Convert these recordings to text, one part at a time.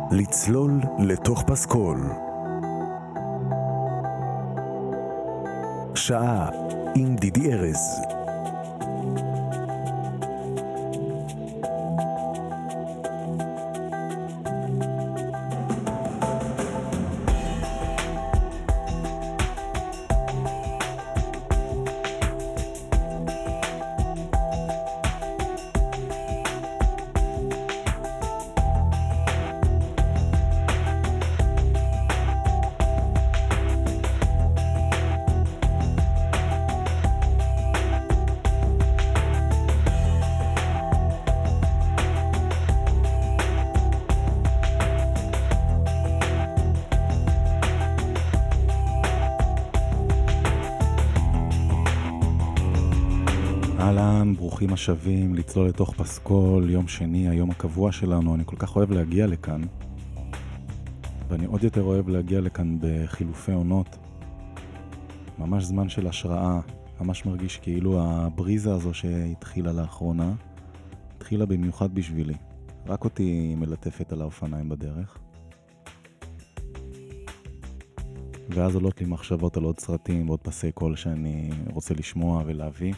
לצלול לתוך פסקול. שעה עם דידי ארז. אהלן, ברוכים השבים, לצלול לתוך פסקול, יום שני, היום הקבוע שלנו. אני כל כך אוהב להגיע לכאן, ואני עוד יותר אוהב להגיע לכאן בחילופי עונות. ממש זמן של השראה, ממש מרגיש כאילו הבריזה הזו שהתחילה לאחרונה, התחילה במיוחד בשבילי. רק אותי מלטפת על האופניים בדרך. ואז עולות לי מחשבות על עוד סרטים ועוד פסי קול שאני רוצה לשמוע ולהביא.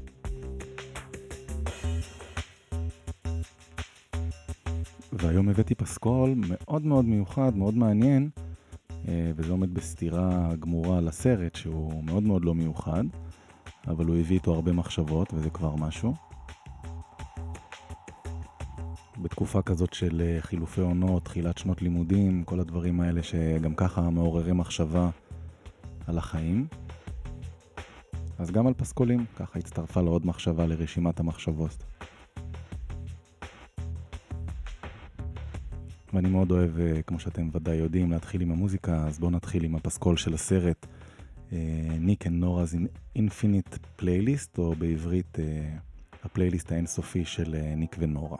והיום הבאתי פסקול מאוד מאוד מיוחד, מאוד מעניין, וזה עומד בסתירה גמורה לסרט שהוא מאוד מאוד לא מיוחד, אבל הוא הביא איתו הרבה מחשבות וזה כבר משהו. בתקופה כזאת של חילופי עונות, תחילת שנות לימודים, כל הדברים האלה שגם ככה מעוררים מחשבה על החיים. אז גם על פסקולים, ככה הצטרפה לו עוד מחשבה לרשימת המחשבות. ואני מאוד אוהב, כמו שאתם ודאי יודעים, להתחיל עם המוזיקה, אז בואו נתחיל עם הפסקול של הסרט, ניק and נורא's Infinite Playlist, או בעברית הפלייליסט האינסופי של ניק ונורה.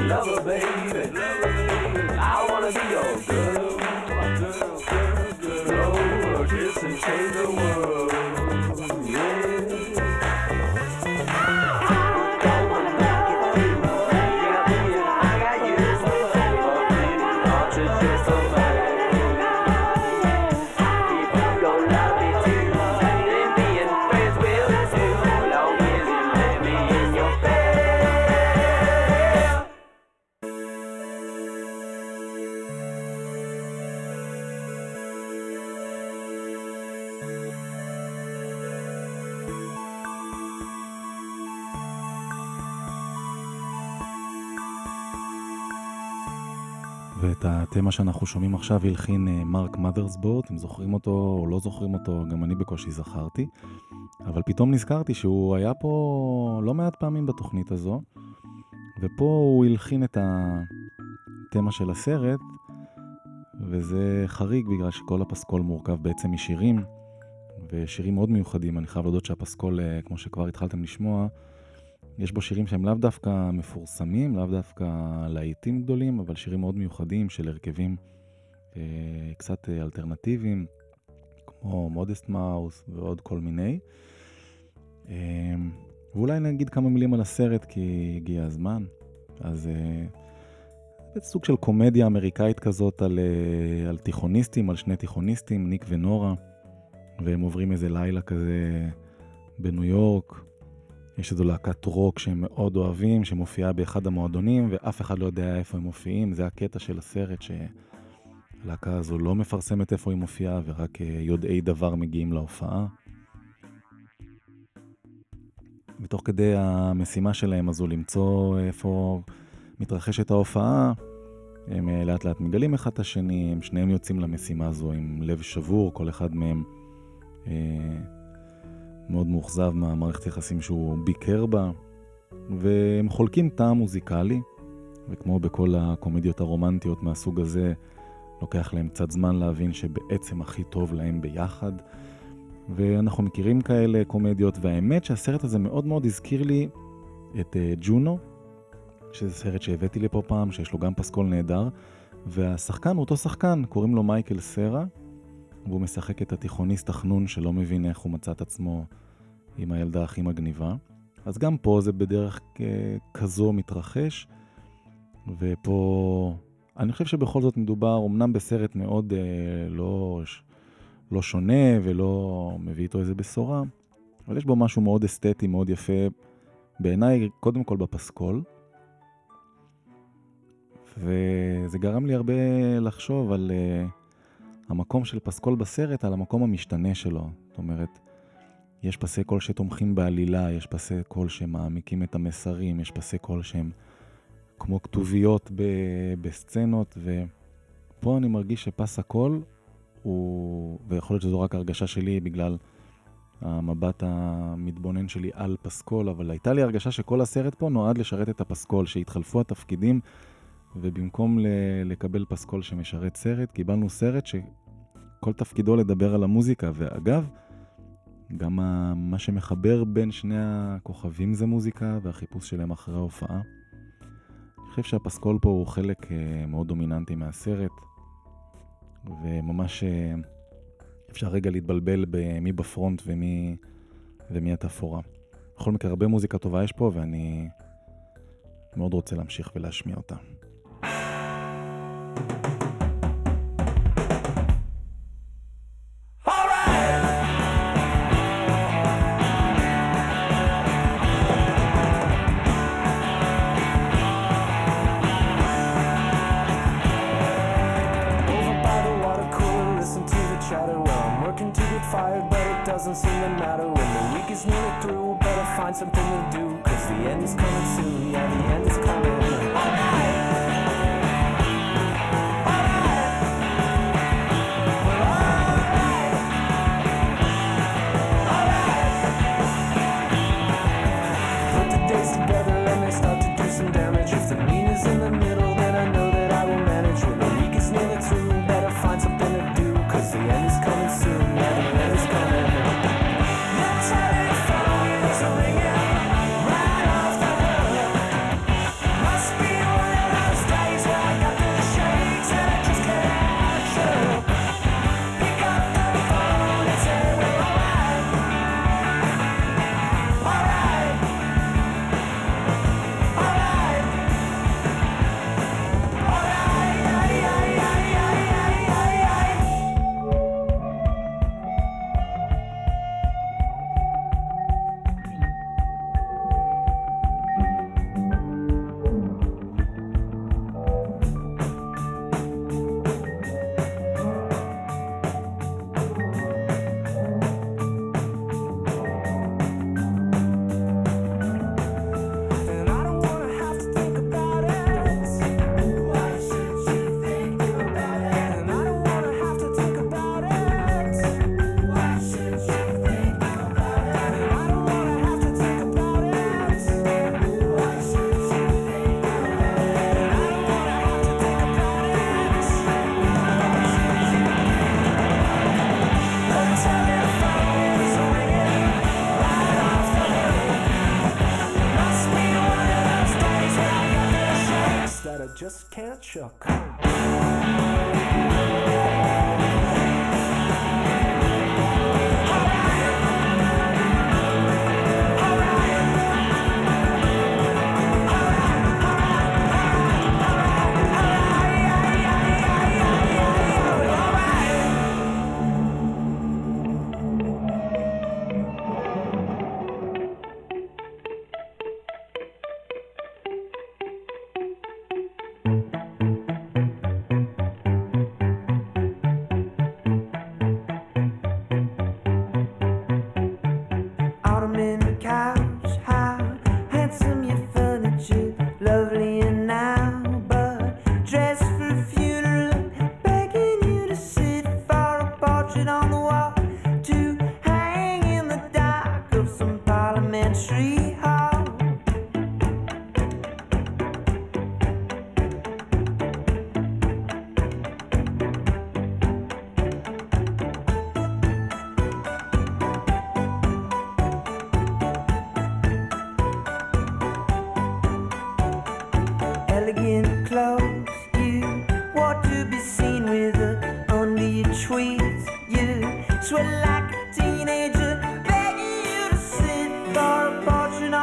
lover, baby. I wanna be your girl, blow a kiss and take the world. ואת התמה שאנחנו שומעים עכשיו הלחין מרק מדרסבורד, אתם זוכרים אותו או לא זוכרים אותו, גם אני בקושי זכרתי, אבל פתאום נזכרתי שהוא היה פה לא מעט פעמים בתוכנית הזו, ופה הוא הלחין את התמה של הסרט, וזה חריג בגלל שכל הפסקול מורכב בעצם משירים, ושירים מאוד מיוחדים. אני חייב להודות שהפסקול, כמו שכבר התחלתם לשמוע, יש בו שירים שהם לאו דווקא מפורסמים, לאו דווקא להיטים גדולים, אבל שירים מאוד מיוחדים של הרכבים קצת אלטרנטיביים, כמו מודסט מאוס ועוד כל מיני. ואולי נגיד כמה מילים על הסרט, כי הגיע הזמן. אז זה סוג של קומדיה אמריקאית כזאת על תיכוניסטים, על שני תיכוניסטים, ניק ונורה, והם עוברים איזה לילה כזה בניו יורק. יש איזו להקת רוק שהם מאוד אוהבים, שמופיעה באחד המועדונים, ואף אחד לא יודע איפה הם מופיעים. זה הקטע של הסרט, שהלהקה הזו לא מפרסמת איפה היא מופיעה, ורק יודעי דבר מגיעים להופעה. בתוך כדי המשימה שלהם הזו למצוא איפה מתרחשת ההופעה, הם לאט לאט מגלים אחד את השני, הם שניהם יוצאים למשימה הזו עם לב שבור, כל אחד מהם מאוד מאוכזב מהמערכת יחסים שהוא ביקר בה, והם חולקים טעם מוזיקלי, וכמו בכל הקומדיות הרומנטיות מהסוג הזה, לוקח להם קצת זמן להבין שבעצם הכי טוב להם ביחד, ואנחנו מכירים כאלה קומדיות, והאמת שהסרט הזה מאוד מאוד הזכיר לי את ג'ונו, שזה סרט שהבאתי לי פה פעם, שיש לו גם פסקול נהדר, והשחקן הוא אותו שחקן, קוראים לו מייקל סרה, והוא משחק את התיכוניסט החנון שלא מבין איך הוא מצא את עצמו עם הילדה הכי מגניבה. אז גם פה זה בדרך כזו מתרחש, ופה אני חושב שבכל זאת מדובר אמנם בסרט מאוד לא שונה ולא מביא איתו איזה בשורה, אבל יש בו משהו מאוד אסתטי, מאוד יפה, בעיניי קודם כל בפסקול, וזה גרם לי הרבה לחשוב על המקום של פסקול בסרט, על המקום המשתנה שלו. זאת אומרת, יש פסי קול שתומכים בעלילה, יש פסי קול שמעמיקים את המסרים, יש פסי קול שהם כמו כתוביות בסצנות, ופה אני מרגיש שפס הקול הוא, ויכול להיות שזו רק הרגשה שלי בגלל המבט המתבונן שלי על פסקול, אבל הייתה לי הרגשה שכל הסרט פה נועד לשרת את הפסקול, שהתחלפו התפקידים, ובמקום לקבל פסקול שמשרת סרט, קיבלנו סרט שכל תפקידו לדבר על המוזיקה, ואגב, גם מה שמחבר בין שני הכוכבים זה מוזיקה, והחיפוש שלהם אחרי ההופעה. אני חושב שהפסקול פה הוא חלק מאוד דומיננטי מהסרט, וממש אפשר רגע להתבלבל במי בפרונט ומי התפאורה. בכל מקרה, הרבה מוזיקה טובה יש פה, ואני מאוד רוצה להמשיך ולהשמיע אותה. Doesn't seem to matter when the week is nearly through. Better find something to do, cause the end is coming soon. Yeah, the end is coming. Alright! Put the days together and they start to do some damage. If the mean is in the middle, then I know that I will manage. When the week is nearly through, better find something to do, cause the end is coming soon. Yeah, the end is coming. Metallic phone is ringing right off the hook. just can't chuck. Sweat like a teenager, begging you to sit for a portrait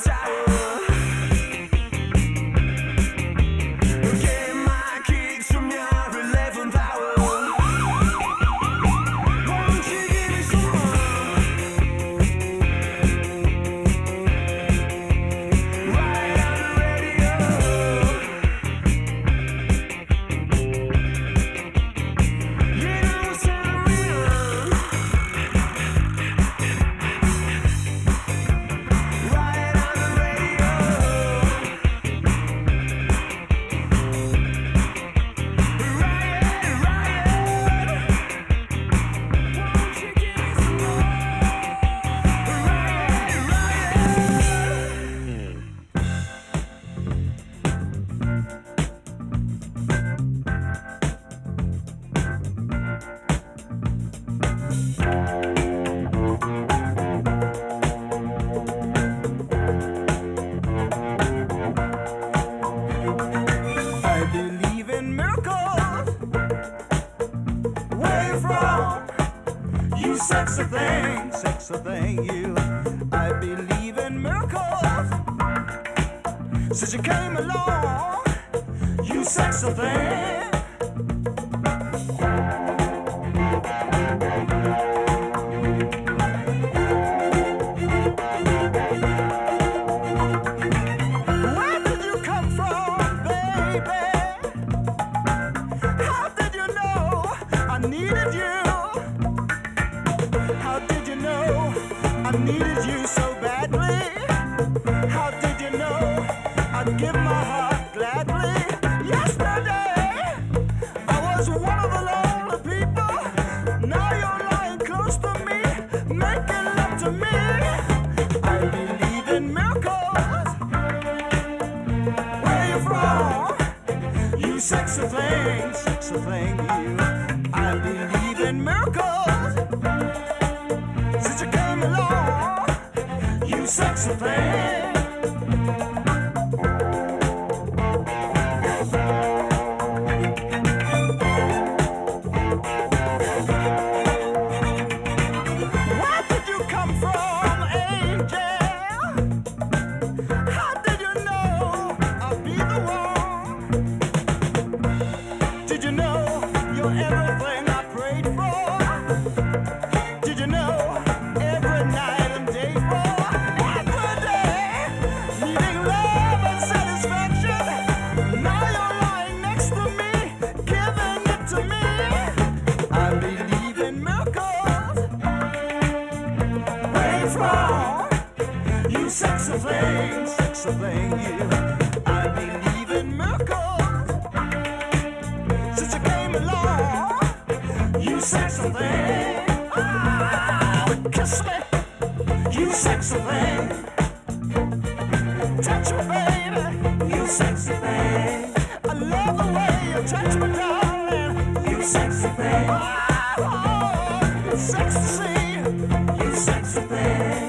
tower. Get my kicks from your 11th hour. Won't you give me some more? Right on the radio. You know what's happening. Right on the radio. Riot, riot. Won't you give me some more? I believe in miracles. Where you from? You sexy thing, you. I believe in miracles. Since you came along, you sexy thing. Where did you come from, baby? How did you know I needed you? How did you know I needed you so badly? How did you know I'd give my heart gladly? Yesterday I was one of the lonely people. Now you're lying close to me, making love to me. I believe in miracles. Where you from? You sexy thing, you. I believe in miracles. Since you came along, you sexy thing. Where did you come from, angel? How did you know I'd be the one? Did you know you're everything I prayed for? Did you know every night and day for? Every day, needing love and satisfaction. Now you're lying next to me, giving it to me. I believe in miracles. Where you from? You sexy thing, you. I believe in miracles. Since you came along, you sexy thing. Oh, kiss me, you sexy thing. Touch me, baby, you sexy thing. I love the way you touch me, darling. You sexy thing. Oh, it's sexy to see you sexy thing.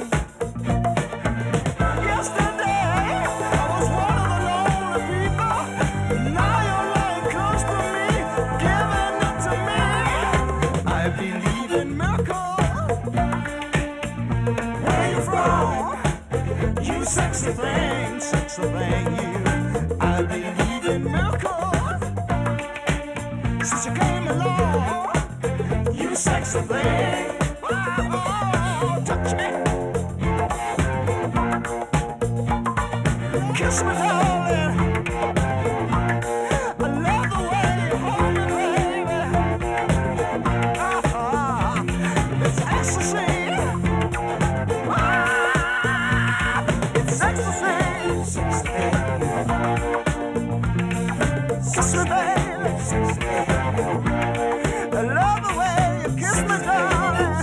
Yesterday, I was one of the lonely people. Now you're lying close to me, giving it to me. I believe in miracles. Where you from? You sexy thing, you. I believe in miracles. Since you came along, you sexy thing. Oh, touch me. Kiss me, darling. I love the way you hold me, baby. It's ecstasy. It's ecstasy. Kiss me, baby. I love the way you kiss me, darling.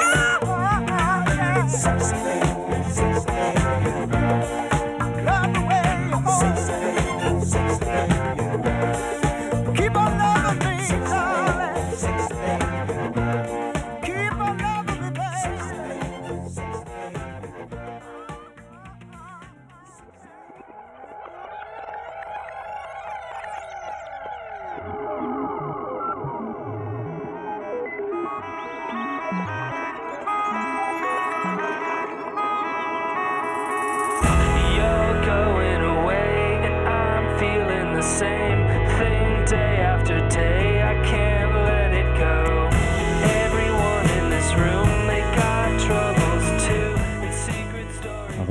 Love the way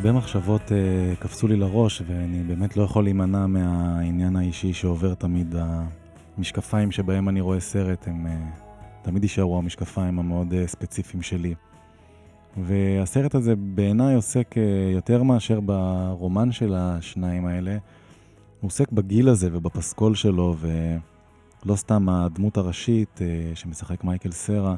הרבה מחשבות קפצו לי לראש, ואני באמת לא יכול להימנע מהעניין האישי שעובר תמיד. המשקפיים שבהם אני רואה סרט הם תמיד יישארו המשקפיים המאוד ספציפיים שלי. והסרט הזה בעיניי עוסק יותר מאשר ברומן של השניים האלה. הוא עוסק בגיל הזה ובפסקול שלו, ולא סתם הדמות הראשית שמשחק מייקל סרה,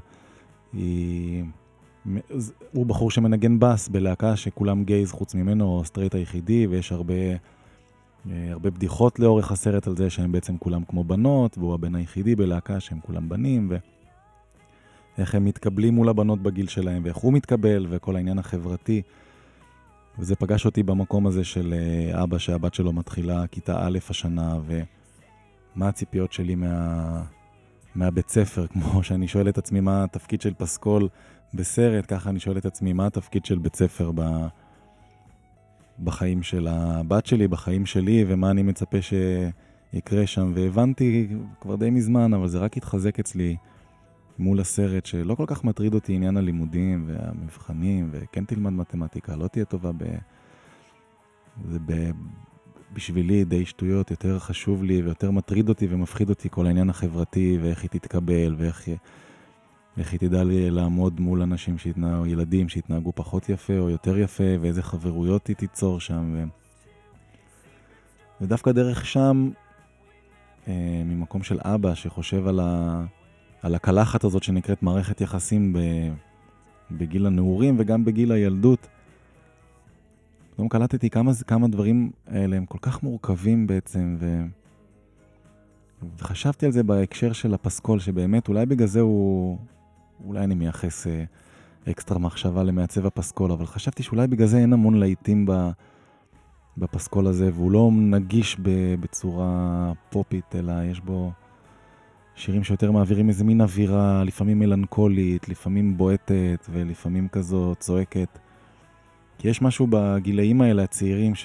הוא בחור שמנגן בס בלהקה שכולם גייז חוץ ממנו, או סטרייט היחידי, ויש הרבה בדיחות לאורך הסרט על זה שהם בעצם כולם כמו בנות, והוא הבן היחידי בלהקה שהם כולם בנים, ואיך הם מתקבלים מול הבנות בגיל שלהם, ואיך הוא מתקבל, וכל העניין החברתי. וזה פגש אותי במקום הזה של אבא שהבת שלו מתחילה כיתה א' השנה, ומה הציפיות שלי מהבית ספר, כמו שאני שואל את עצמי מה התפקיד של פסקול בסרט, ככה אני שואל את עצמי מה התפקיד של בית ספר בחיים של הבת שלי, בחיים שלי, ומה אני מצפה שיקרה שם. והבנתי כבר די מזמן, אבל זה רק התחזק אצלי מול הסרט, שלא כל כך מטריד אותי עניין הלימודים והמבחנים, וכן תלמד מתמטיקה, לא תהיה טובה זה בשבילי די שטויות. יותר חשוב לי ויותר מטריד אותי ומפחיד אותי כל העניין החברתי, ואיך היא תתקבל, ואיך היא תדע לי לעמוד מול אנשים ילדים שהתנהגו פחות יפה או יותר יפה, ואיזה חברויות היא תיצור שם. ודווקא דרך שם, ממקום של אבא שחושב על הקלחת הזאת שנקראת מערכת יחסים בגיל הנעורים וגם בגיל הילדות, פתאום קלטתי כמה דברים האלה הם כל כך מורכבים בעצם, וחשבתי על זה בהקשר של הפסקול, שבאמת אולי בגלל זה אולי אני מייחס אקסטרה מחשבה למעצב הפסקול, אבל חשבתי שאולי בגלל זה אין המון לעיתים בפסקול הזה, והוא לא נגיש בצורה פופית, אלא יש בו שירים שיותר מעבירים איזה מין אווירה, לפעמים מלנכולית, לפעמים בועטת, ולפעמים כזו צועקת. כי יש משהו בגילאים האלה הצעירים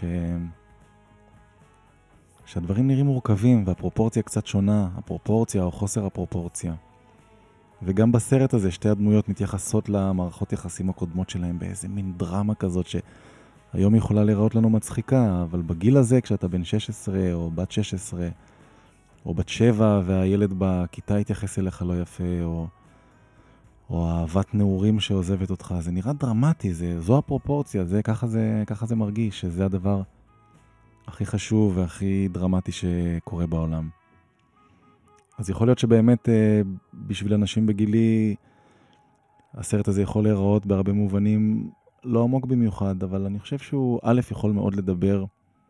שהדברים נראים מורכבים, והפרופורציה קצת שונה, הפרופורציה או חוסר הפרופורציה. וגם בסרט הזה שתי הדמויות מתייחסות למערכות יחסים הקודמות שלהם באיזה מין דרמה כזאת שהיום יכולה להיראות לנו מצחיקה, אבל בגיל הזה כשאתה בן 16 או בת 16 או בת 7 והילד בכיתה יתייחס אליך לא יפה, או אהבת נעורים שעוזבת אותך, זה נראה דרמטי, זו הפרופורציה, ככה זה מרגיש, שזה הדבר הכי חשוב והכי דרמטי שקורה בעולם. אז יכול להיות שבאמת בשביל אנשים בגילי הסרט הזה יכול להיראות בהרבה מובנים לא עמוק במיוחד, אבל אני חושב שהוא א' יכול מאוד לדבר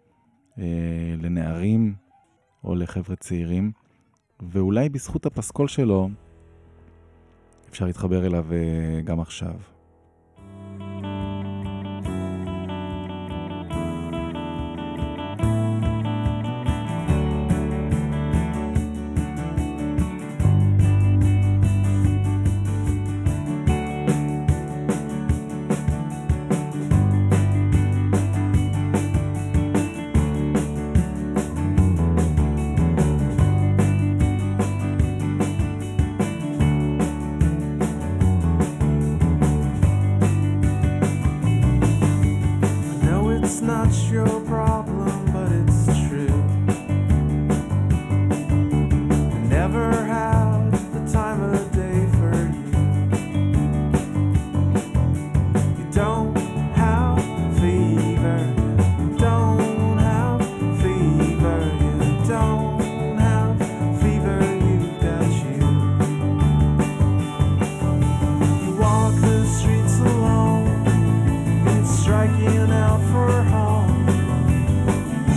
לנערים או לחבר'ה צעירים, ואולי בזכות הפסקול שלו אפשר להתחבר אליו גם עכשיו. Striking out for home.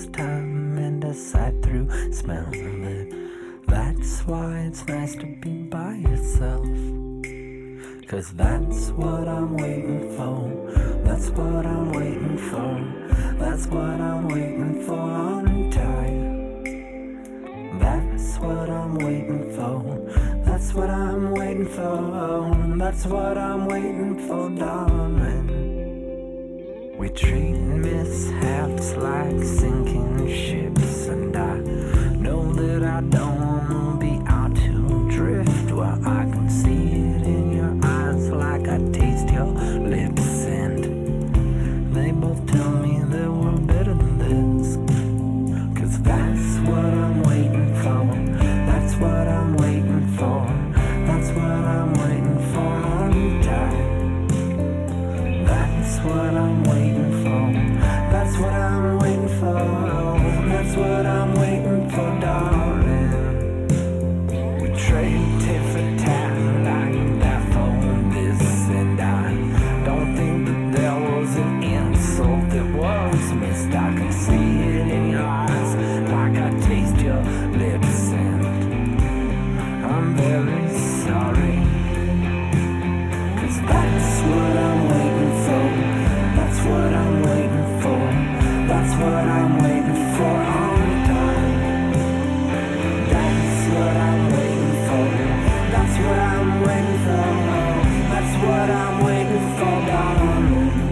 this time and a sight through smell of it. That's why it's nice to be by yourself. 'Cause that's what I'm waiting for. That's what I'm waiting for. That's what I'm waiting for. I'm tired. That's what I'm waiting for. That's what I'm waiting for. That's what I'm waiting for, darling. We treat mishaps like sinking ships, and I know that I don't wanna be out to drift. Well, I can see it in your eyes like I taste your lips, and they both tell me that we're better than this. 'Cause that's what I'm waiting for. That's what I'm waiting for. That's what I'm waiting for. I'm tired. That's what I'm waiting for. That's what I'm waiting for. That's what I'm waiting for, darling. We trade tit for tat like that for this, and I don't think that there was an insult that was missed. I can see it in your eyes like I taste your lips, and I'm very sorry. 'Cause that's what I'm waiting for. That's what I'm waiting for. That's what I'm waiting for all the time. That's what I'm waiting for. That's what I'm waiting for. That's what I'm waiting for, darling.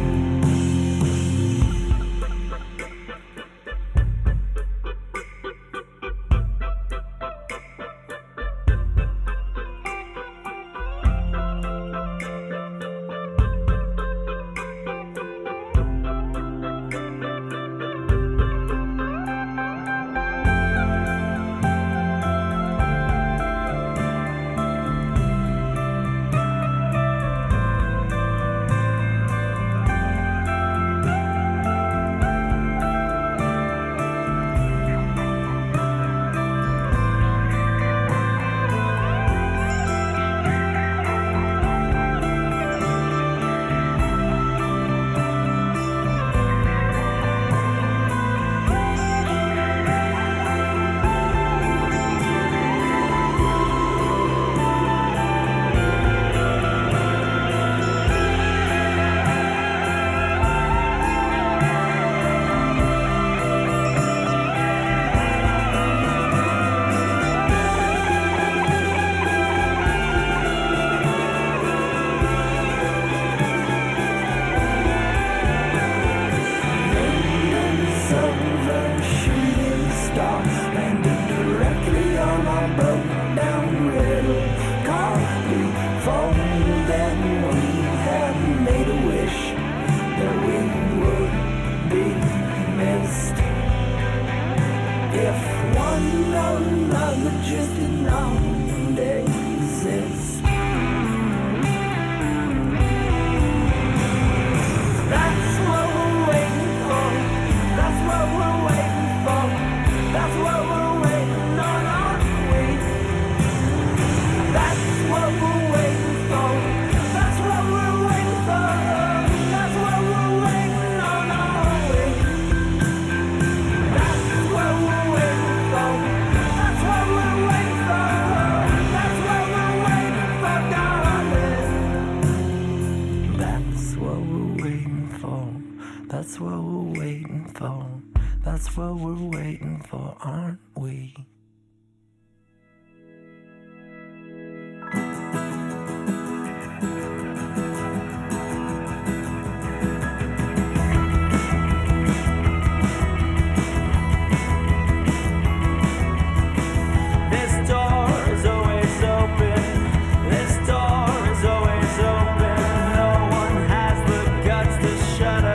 That's what we're waiting for. That's what we're waiting for, aren't we?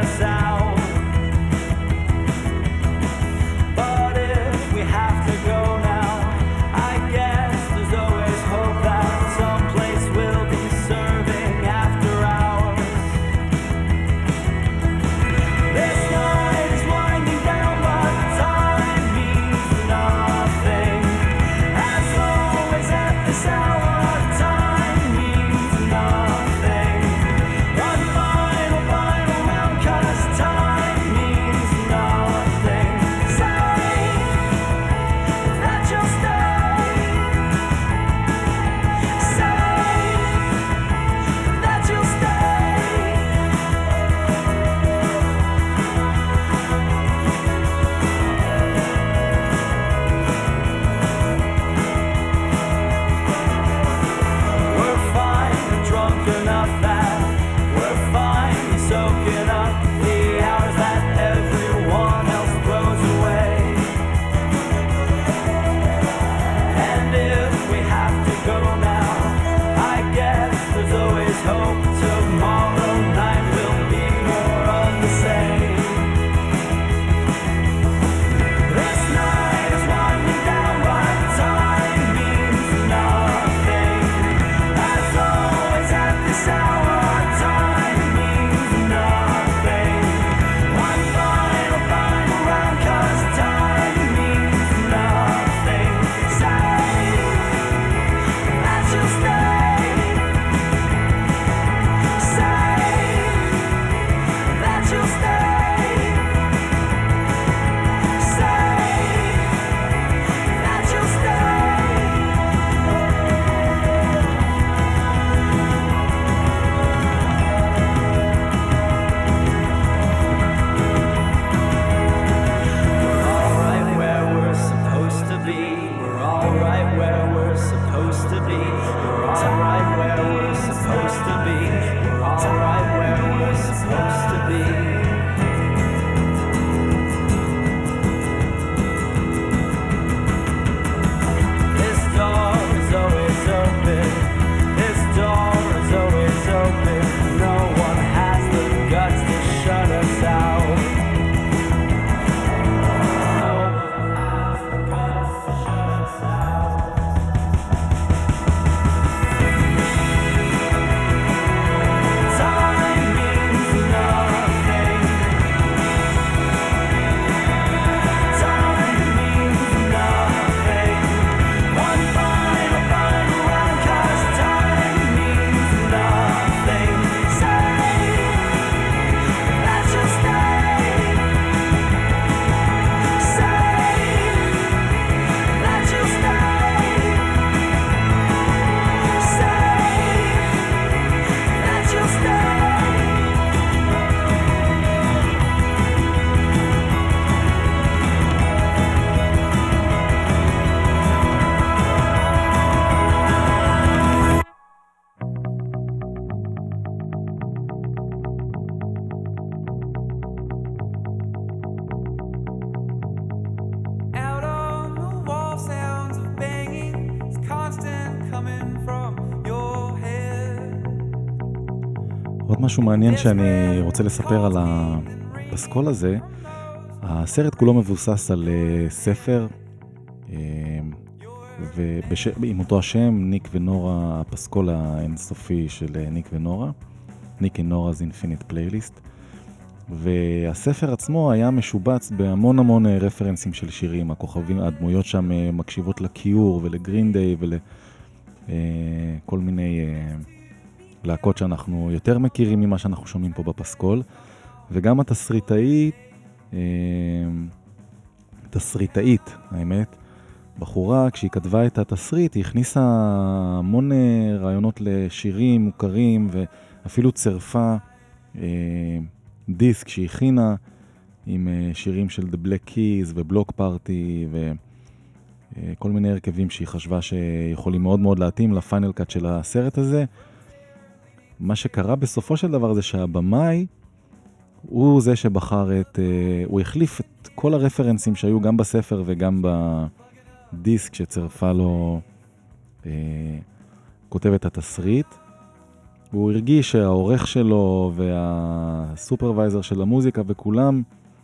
But if we have to go be. We're all right where we're supposed to be. We're all right where we're supposed to be. This door is always open. This door is always open. No one has the guts to shut us out. No one has the guts to shut us out. Time means nothing. Time means nothing. One final round, 'cause time means nothing. Say that you'll stay. Say that you'll stay. Say that you'll stay. Out on the wall, sounds of banging. It's constant coming from your head. עוד משהו מעניין שאני רוצה לספר על הפסקול הזה. הסרט כולו מבוסס על ספר ועם אותו השם, ניק ונורה, הפסקול האינסופי של ניק ונורה, ניק ונורה's Infinite Playlist. והספר עצמו היה משובץ בהמון המון רפרנסים של שירים. הכוכבים, הדמויות שם מקשיבות לקיור ולגרין דיי ולכל מיני להקות שאנחנו יותר מכירים ממה שאנחנו שומעים פה בפסקול. וגם תסריטאית, האמת, בחורה, כשהיא כתבה את התסריט, היא הכניסה המון רעיונות לשירים מוכרים, ואפילו צרפה דיסק שהיא הכינה עם שירים של The Black Keys ובלוק פארטי וכל מיני הרכבים שהיא חשבה שיכולים מאוד מאוד להתאים לפיינל קאט של הסרט הזה. מה שקרה בסופו של דבר זה שהבמאי הוא זה שבחר הוא החליף את כל הרפרנסים שהיו גם בספר וגם בדיסק שצרפה לו כותבת התסריט. הוא הרגיש שהעורך שלו והסופרוויזר של המוזיקה וכולם,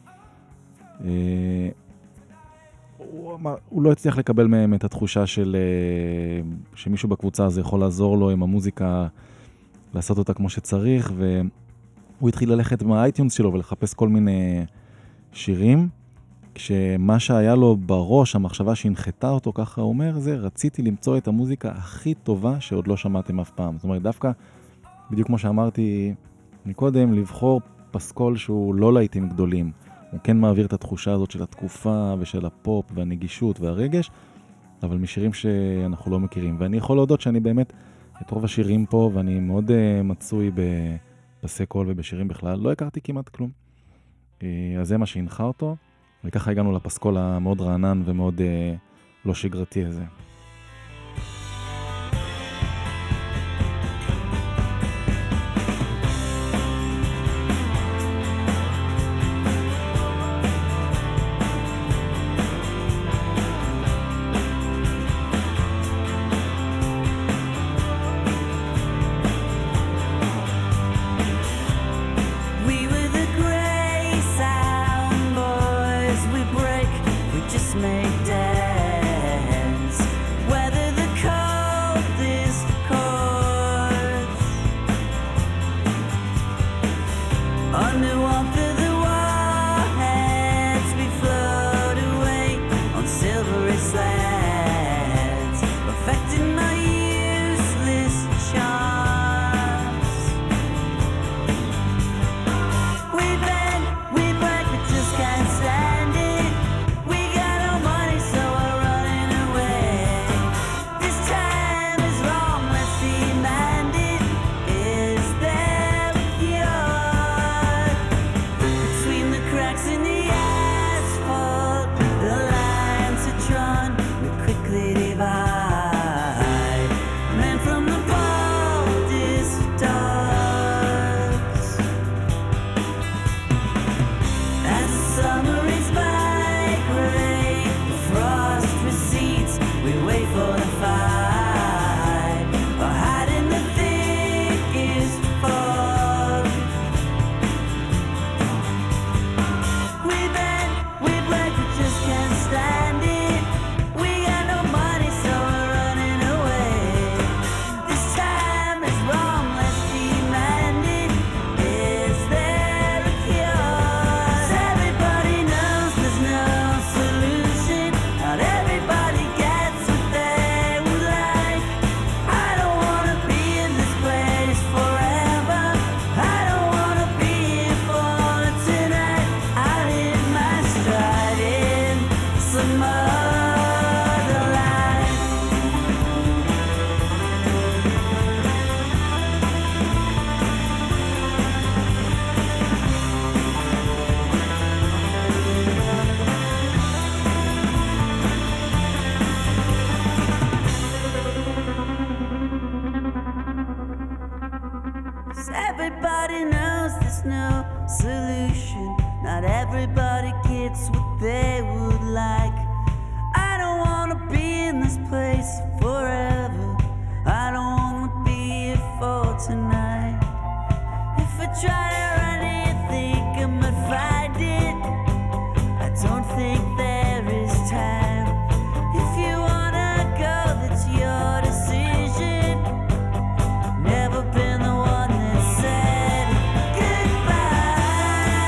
הוא לא הצליח לקבל מהם את התחושה של שמישהו בקבוצה הזה יכול לעזור לו עם המוזיקה, לעשות אותה כמו שצריך, והוא התחיל ללכת מהאייטיונס שלו ולחפש כל מיני שירים, כשמה שהיה לו בראש, המחשבה שהנחתה אותו, ככה הוא אומר, זה רציתי למצוא את המוזיקה הכי טובה שעוד לא שמעתם אף פעם. זאת אומרת, דווקא, בדיוק כמו שאמרתי מקודם, לבחור פסקול שהוא לא להיטים גדולים. הוא כן מעביר את התחושה הזאת של התקופה ושל הפופ והנגישות והרגש, אבל משירים שאנחנו לא מכירים. ואני יכול להודות שאני באמת, את רוב השירים פה, ואני מאוד מצוי בפסי קול ובשירים בכלל, לא הכרתי כמעט כלום. אז זה מה שהנחה אותו, וככה הגענו לפסקול המאוד רענן ומאוד לא שגרתי הזה. Make dance. 'Cause everybody knows there's no solution. Not everybody gets what they would like. I don't wanna be in this place forever. I don't wanna be here for tonight. If I try to run it, think I might find it. I don't think there is time. If you wanna go, that's your decision. Never been the one that said goodbye.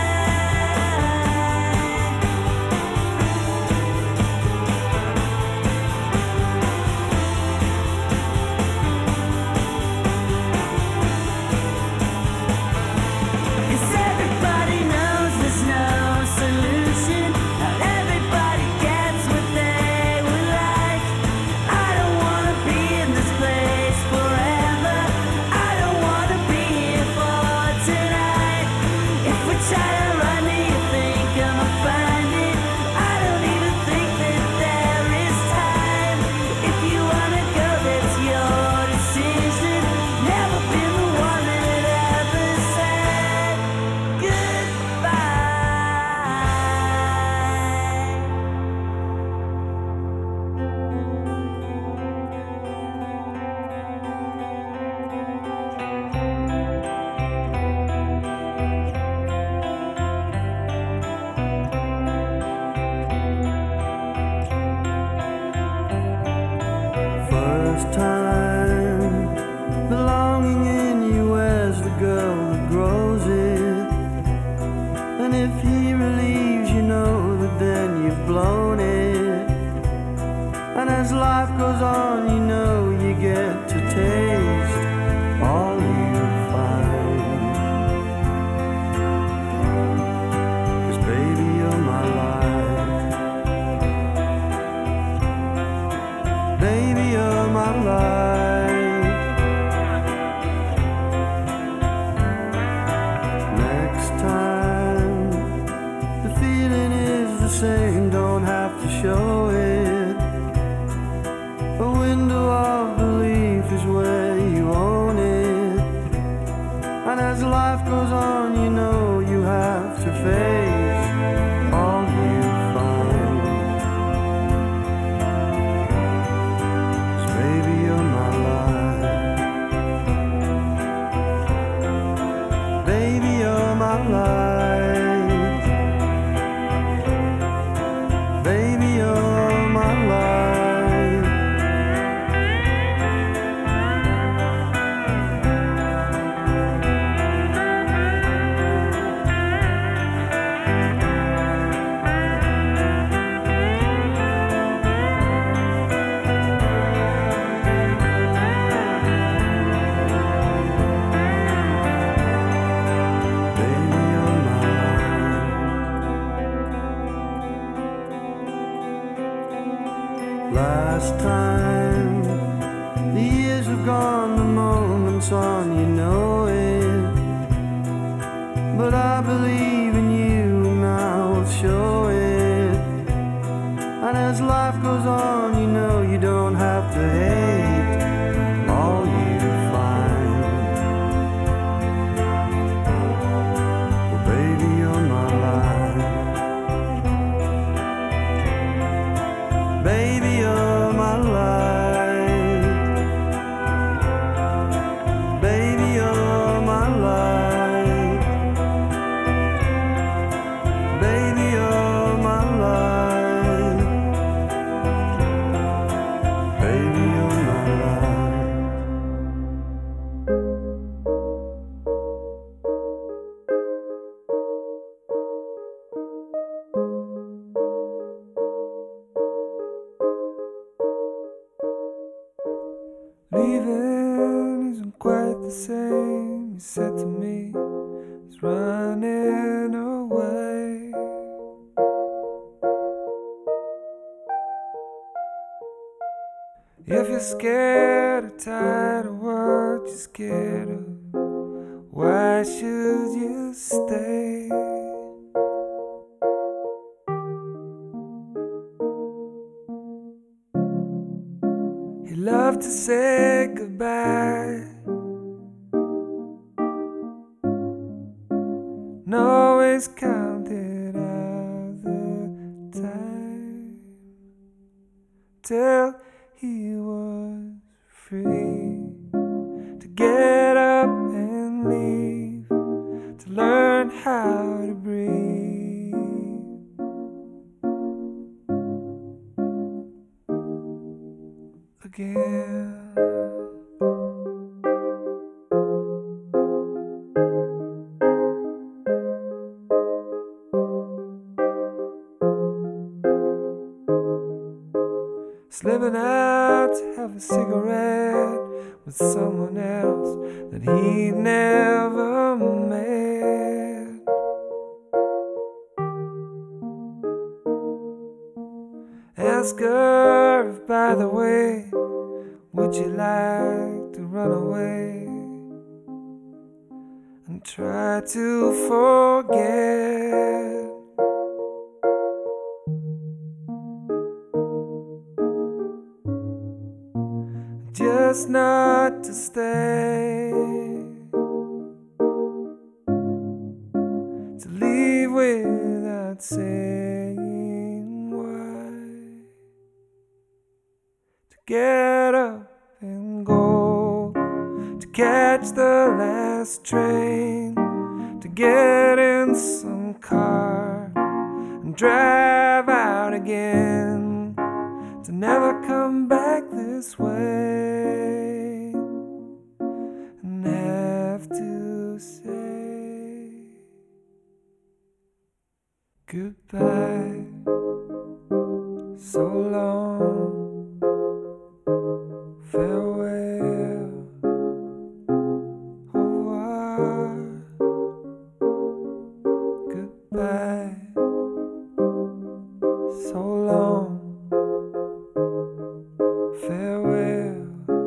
Cause everybody knows there's no solution. Not everybody gets what they would like. I don't wanna be in this place forever. I don't wanna be here for tonight. If we try to run it, you think I'ma find it. I don't even think that there is time. If you wanna go, that's your decision. Never been the one that ever said goodbye. First time belonging in you as the girl that grows it. And if he relieves, you know that then you've blown it. And as life goes on, you know you get to taste all you find. 'Cause baby, you're my life. Baby, you're my life. Next time, the feeling is the same, don't have to show it. A window of belief is where you own it. And as life goes on, you know you have to face all you find. 'Cause baby, you're my life. Baby, you're my life. Baby, you're my life. Baby, you're my life. Last time, the years have gone, the moments on, you know it. But I believe in you, and I will show it. And as life goes on, you know you don't have to hate all you find. Well, baby, you're my life. Baby, you're my life. Baby, you're my life. Baby, you're my life. Baby, you're my life. Leaving isn't quite the same, you said to me, as running away. If you're scared or tired of what you're scared of, why should you stay? He loved to say goodbye, always counted out the time till he was free to get up and leave, to learn how to breathe. Again. Slipping out to have a cigarette with someone else that he'd never met. Ask her if, by the way, would you like to run away and try to forget? Just not to stay, to leave without saying why, to get up and go, to catch the last train, to get in some car and drive out again, to never come back this way. To say goodbye, so long, farewell, au revoir, goodbye, so long, farewell.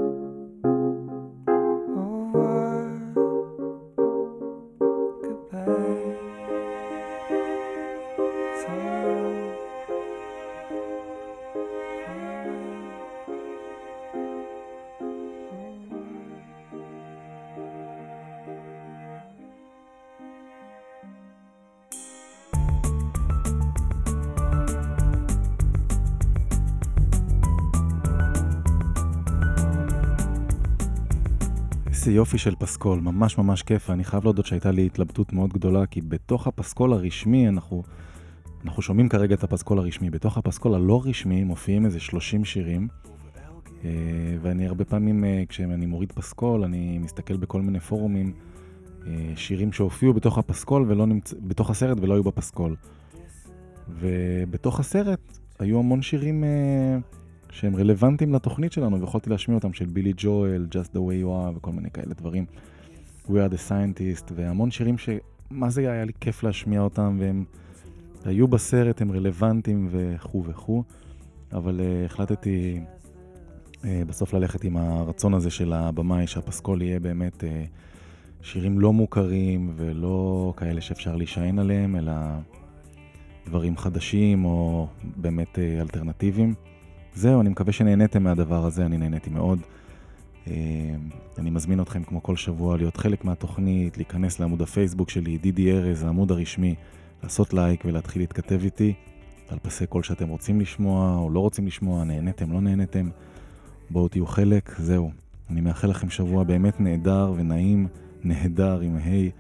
איזה יופי של פסקול, ממש ממש כיף. אני חייב להודות שהייתה לי התלבטות מאוד גדולה, כי בתוך הפסקול הרשמי, אנחנו שומעים כרגע את הפסקול הרשמי, בתוך הפסקול הלא רשמי מופיעים איזה 30 שירים, ואני הרבה פעמים כשאני מוריד פסקול, אני מסתכל בכל מיני פורומים, שירים שהופיעו בתוך הפסקול בתוך הסרט ולא היו בפסקול. ובתוך הסרט היו המון שירים שהם רלוונטיים לתוכנית שלנו, ויכולתי להשמיע אותם, של בילי ג'ואל, Just the way you are, וכל מיני כאלה דברים. We are the scientist, והמון שירים שמה זה היה לי כיף להשמיע אותם, והם היו בסרט, הם רלוונטיים וכו' וכו', אבל החלטתי בסוף ללכת עם הרצון הזה של הבמאי, שהפסקול יהיה באמת שירים לא מוכרים, ולא כאלה שאפשר להישען עליהם, אלא דברים חדשים, או באמת אלטרנטיביים. זהו, אני מקווה שנהניתם מהדבר הזה, אני נהניתי מאוד. אני מזמין אתכם כמו כל שבוע להיות חלק מהתוכנית, להיכנס לעמוד הפייסבוק שלי, דידי ארז, העמוד הרשמי, לעשות לייק ולהתחיל להתכתב איתי על פסי קול שאתם רוצים לשמוע או לא רוצים לשמוע, נהניתם, לא נהניתם, בואו תהיו חלק. זהו, אני מאחל לכם שבוע באמת נהדר ונעים, נהדר עם היי,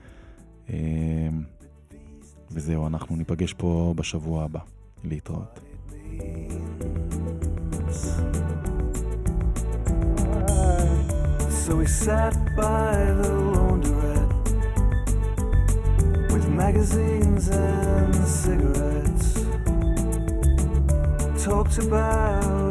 וזהו, אנחנו ניפגש פה בשבוע הבא. להתראות. So we sat by the laundrette with magazines and cigarettes, talked about